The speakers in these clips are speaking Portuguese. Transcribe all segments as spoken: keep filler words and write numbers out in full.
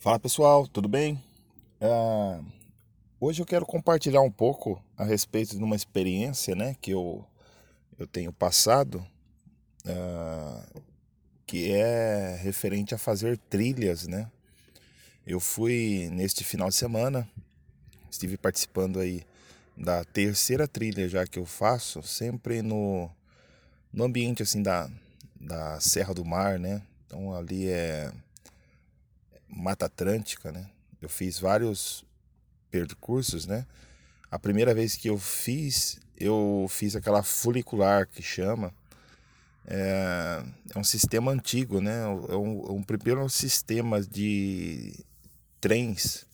Fala pessoal, tudo bem? Ah, hoje eu quero compartilhar um pouco a respeito de uma experiência, né, que eu, eu tenho passado, que é referente a fazer trilhas, né? Eu fui neste final de semana, estive participando aí da terceira trilha já que eu faço, sempre no, no ambiente assim da, da Serra do Mar, né? Então ali é Mata Atlântica, né? Eu fiz vários percursos, né? A primeira vez que eu fiz, eu fiz aquela funicular que chama. É, é um sistema antigo, né? É um, é um primeiro sistema de trens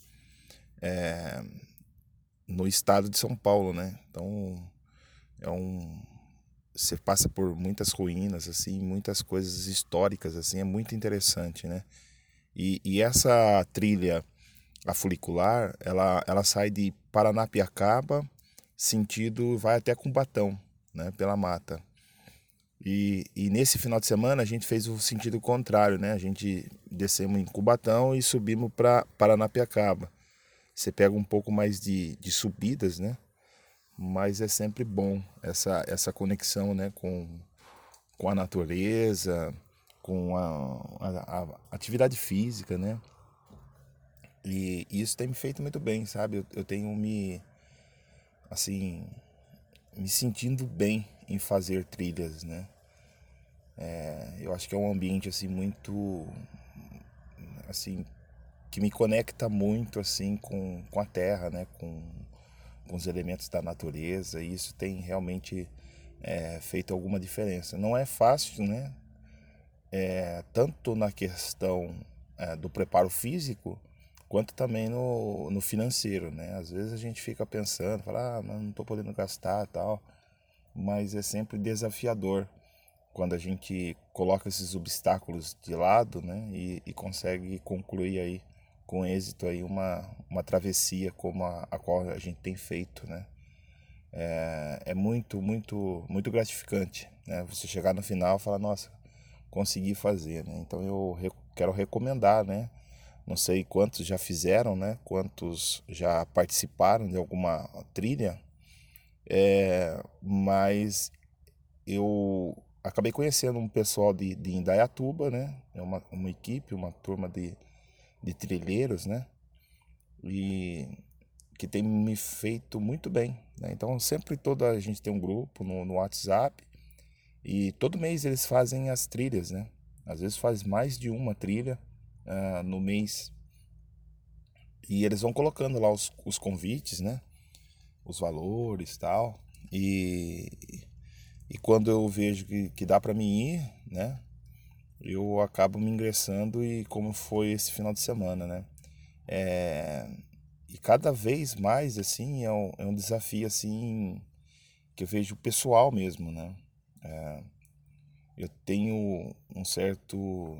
no estado de São Paulo, né? Então é um você passa por muitas ruínas assim, muitas coisas históricas assim, é muito interessante, né? E, e essa trilha, a funicular, ela ela sai de Paranapiacaba, sentido vai até Cubatão, né? Pela mata. E, e nesse final de semana a gente fez o sentido contrário, né? A gente descemos em Cubatão e subimos para Paranapiacaba. Você pega um pouco mais de, de subidas, né? Mas é sempre bom essa, essa conexão, né? Com, com a natureza, com a, a, a atividade física, né? E isso tem me feito muito bem, sabe? Eu, eu tenho me, assim, me sentindo bem em fazer trilhas, né? Eu acho que é um ambiente assim muito assim que me conecta muito assim com, com a terra, né, com, com os elementos da natureza, e isso tem realmente é, feito alguma diferença. Não é fácil, né? É, tanto na questão é, do preparo físico, quanto também no, no financeiro, né? Às vezes a gente fica pensando, fala, ah, mas não estou podendo gastar tal, mas é sempre desafiador quando a gente coloca esses obstáculos de lado, né, e, e consegue concluir aí com êxito aí uma, uma travessia como a, a qual a gente tem feito, né? É, é muito, muito, muito gratificante, né? Você chegar no final e falar, nossa, consegui fazer, né? Então eu re quero recomendar, né? Não sei quantos já fizeram, né? Quantos já participaram de alguma trilha, é, mas eu acabei conhecendo um pessoal de, de Indaiatuba, né? É uma, uma equipe, uma turma de, de trilheiros, né? E que tem me feito muito bem, né? Então sempre toda a gente tem um grupo no, no WhatsApp e todo mês eles fazem as trilhas, né? Às vezes faz mais de uma trilha ah, no mês e eles vão colocando lá os, os convites, né? Os valores, tal. E, e quando eu vejo que, que dá para mim ir, né? Eu acabo me ingressando, e como foi esse final de semana, né? É, e cada vez mais, assim, é um, é um desafio, assim, que eu vejo pessoal mesmo, né? Eu tenho um certo,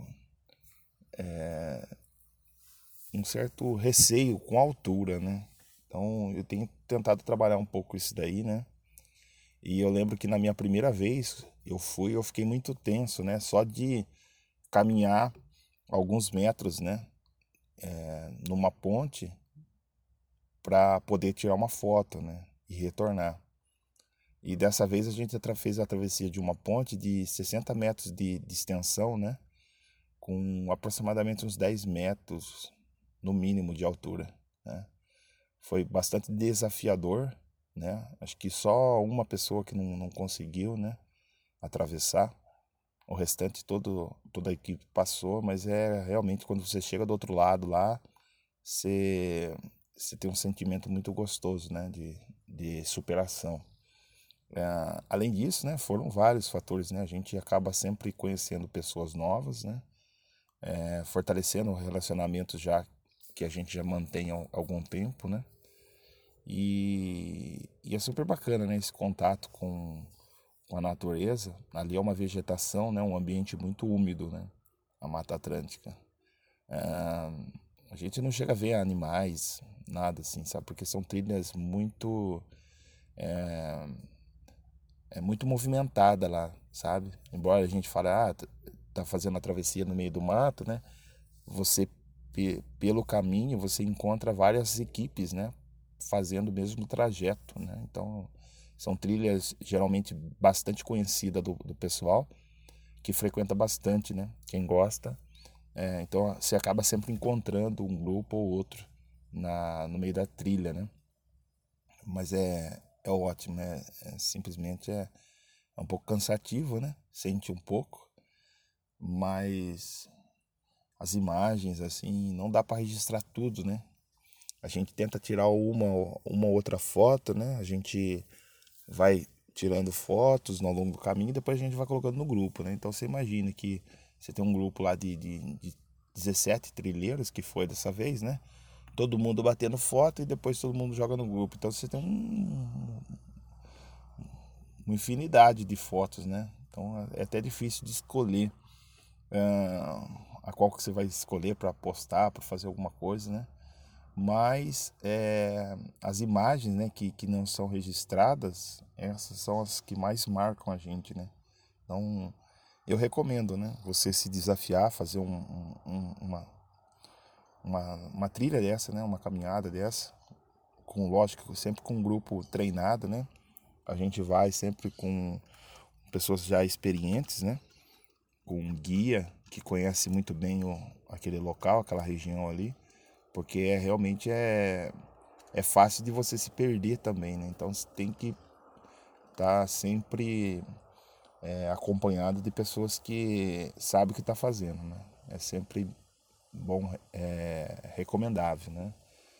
um certo receio com a altura, né? Então, eu tenho tentado trabalhar um pouco isso daí, né? E eu lembro que na minha primeira vez eu fui, eu fiquei muito tenso, né? Só de caminhar alguns metros, né? Numa ponte para poder tirar uma foto, né? E retornar. E dessa vez a gente atra- fez a travessia de uma ponte de sessenta metros de, de extensão, né? Com aproximadamente uns dez metros no mínimo de altura, né? Foi bastante desafiador, né? Acho que só uma pessoa que não, não conseguiu, né? Atravessar. O restante todo, toda a equipe passou, mas é realmente quando você chega do outro lado lá, você, você tem um sentimento muito gostoso, né? De, de superação. É, além disso, né, foram vários fatores, né? A gente acaba sempre conhecendo pessoas novas, né? É, fortalecendo relacionamentos já que a gente já mantém há algum tempo, né? E, e é super bacana, né? Esse contato com, com a natureza. Ali é uma vegetação, né? Um ambiente muito úmido, né? A Mata Atlântica. Ah, a gente não chega a ver animais, nada assim, sabe? Porque são trilhas muito é muito movimentada lá, sabe? Embora a gente fale, ah, tá tá fazendo a travessia no meio do mato, né? Você pe- pelo caminho você encontra várias equipes, né, fazendo o mesmo trajeto, né? Então são trilhas geralmente bastante conhecidas do, do pessoal que frequenta bastante, né? Quem gosta. É, então você acaba sempre encontrando um grupo ou outro na, no meio da trilha, né? Mas é, é ótimo, né? É, simplesmente é, é um pouco cansativo, né? Sente um pouco, mas as imagens, assim, não dá para registrar tudo, né? A gente tenta tirar uma, uma outra foto, né? A gente vai tirando fotos ao longo do caminho e depois a gente vai colocando no grupo, né? Então você imagina que você tem um grupo lá de, de, de dezessete trilheiros, que foi dessa vez, né? Todo mundo batendo foto e depois todo mundo joga no grupo. Então você tem um, uma infinidade de fotos, né? Então é até difícil de escolher ah, a qual que você vai escolher para postar, para fazer alguma coisa, né? Mas é, as imagens, né, que, que não são registradas, essas são as que mais marcam a gente, né? Então eu recomendo, né, você se desafiar, fazer um, um- um- uma, uma, uma trilha dessa, né, uma caminhada dessa, com lógico, sempre com um grupo treinado, né? A gente vai sempre com pessoas já experientes, né? Com um guia que conhece muito bem o, aquele local, aquela região ali, porque é, realmente é, é fácil de você se perder também, né? Então você tem que estar sempre é, acompanhado de pessoas que sabem o que está fazendo, né? É sempre bom, é, recomendável, né?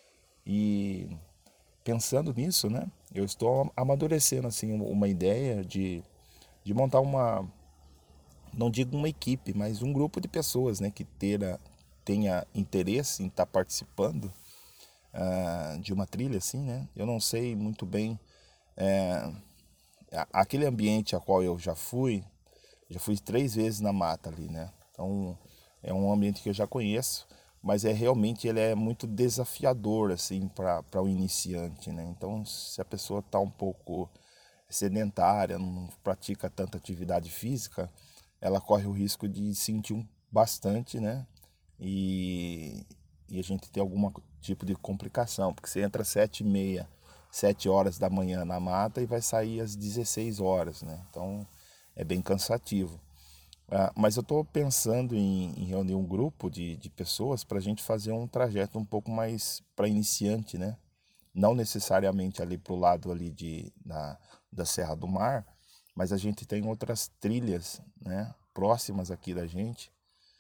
E pensando nisso, né? Eu estou amadurecendo assim uma ideia de, de montar uma, não digo uma equipe, mas um grupo de pessoas, né, que terá, tenha interesse em estar participando ah, de uma trilha assim, né? Eu não sei muito bem é, a- aquele ambiente a qual eu já fui, já fui três vezes na mata ali, né? Então é um ambiente que eu já conheço, mas é realmente ele é muito desafiador assim para para o iniciante, né? Então se a pessoa está um pouco sedentária, não pratica tanta atividade física, ela corre o risco de sentir um bastante, né? E, e a gente tem algum tipo de complicação, porque você entra às sete e meia, sete horas da manhã na mata e vai sair às dezesseis horas, né? Então é bem cansativo. Ah, mas eu estou pensando em, em reunir um grupo de, de pessoas para a gente fazer um trajeto um pouco mais para iniciante, né? Não necessariamente ali para o lado ali de, da, da Serra do Mar, mas a gente tem outras trilhas, né? Próximas aqui da gente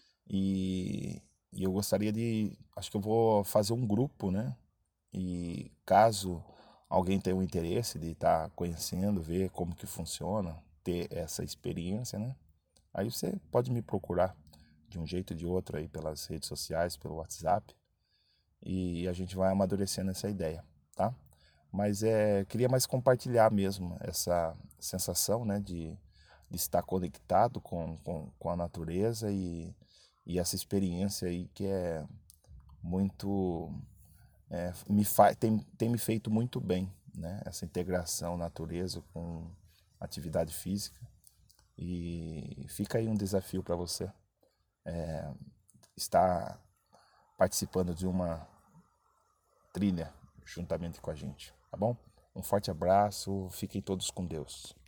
e, e eu gostaria de, acho que eu vou fazer um grupo, né? E caso alguém tenha o interesse de estar conhecendo, ver como que funciona, ter essa experiência, né? Aí você pode me procurar de um jeito ou de outro aí pelas redes sociais, pelo WhatsApp, e a gente vai amadurecendo essa ideia, tá? Mas é, queria mais compartilhar mesmo essa sensação, né, de, de estar conectado com, com, com a natureza e, e essa experiência aí que é muito, é, me fa, tem, tem me feito muito bem, né? Essa integração natureza com atividade física. E fica aí um desafio para você estar participando de uma trilha juntamente com a gente, tá bom? Um forte abraço, fiquem todos com Deus.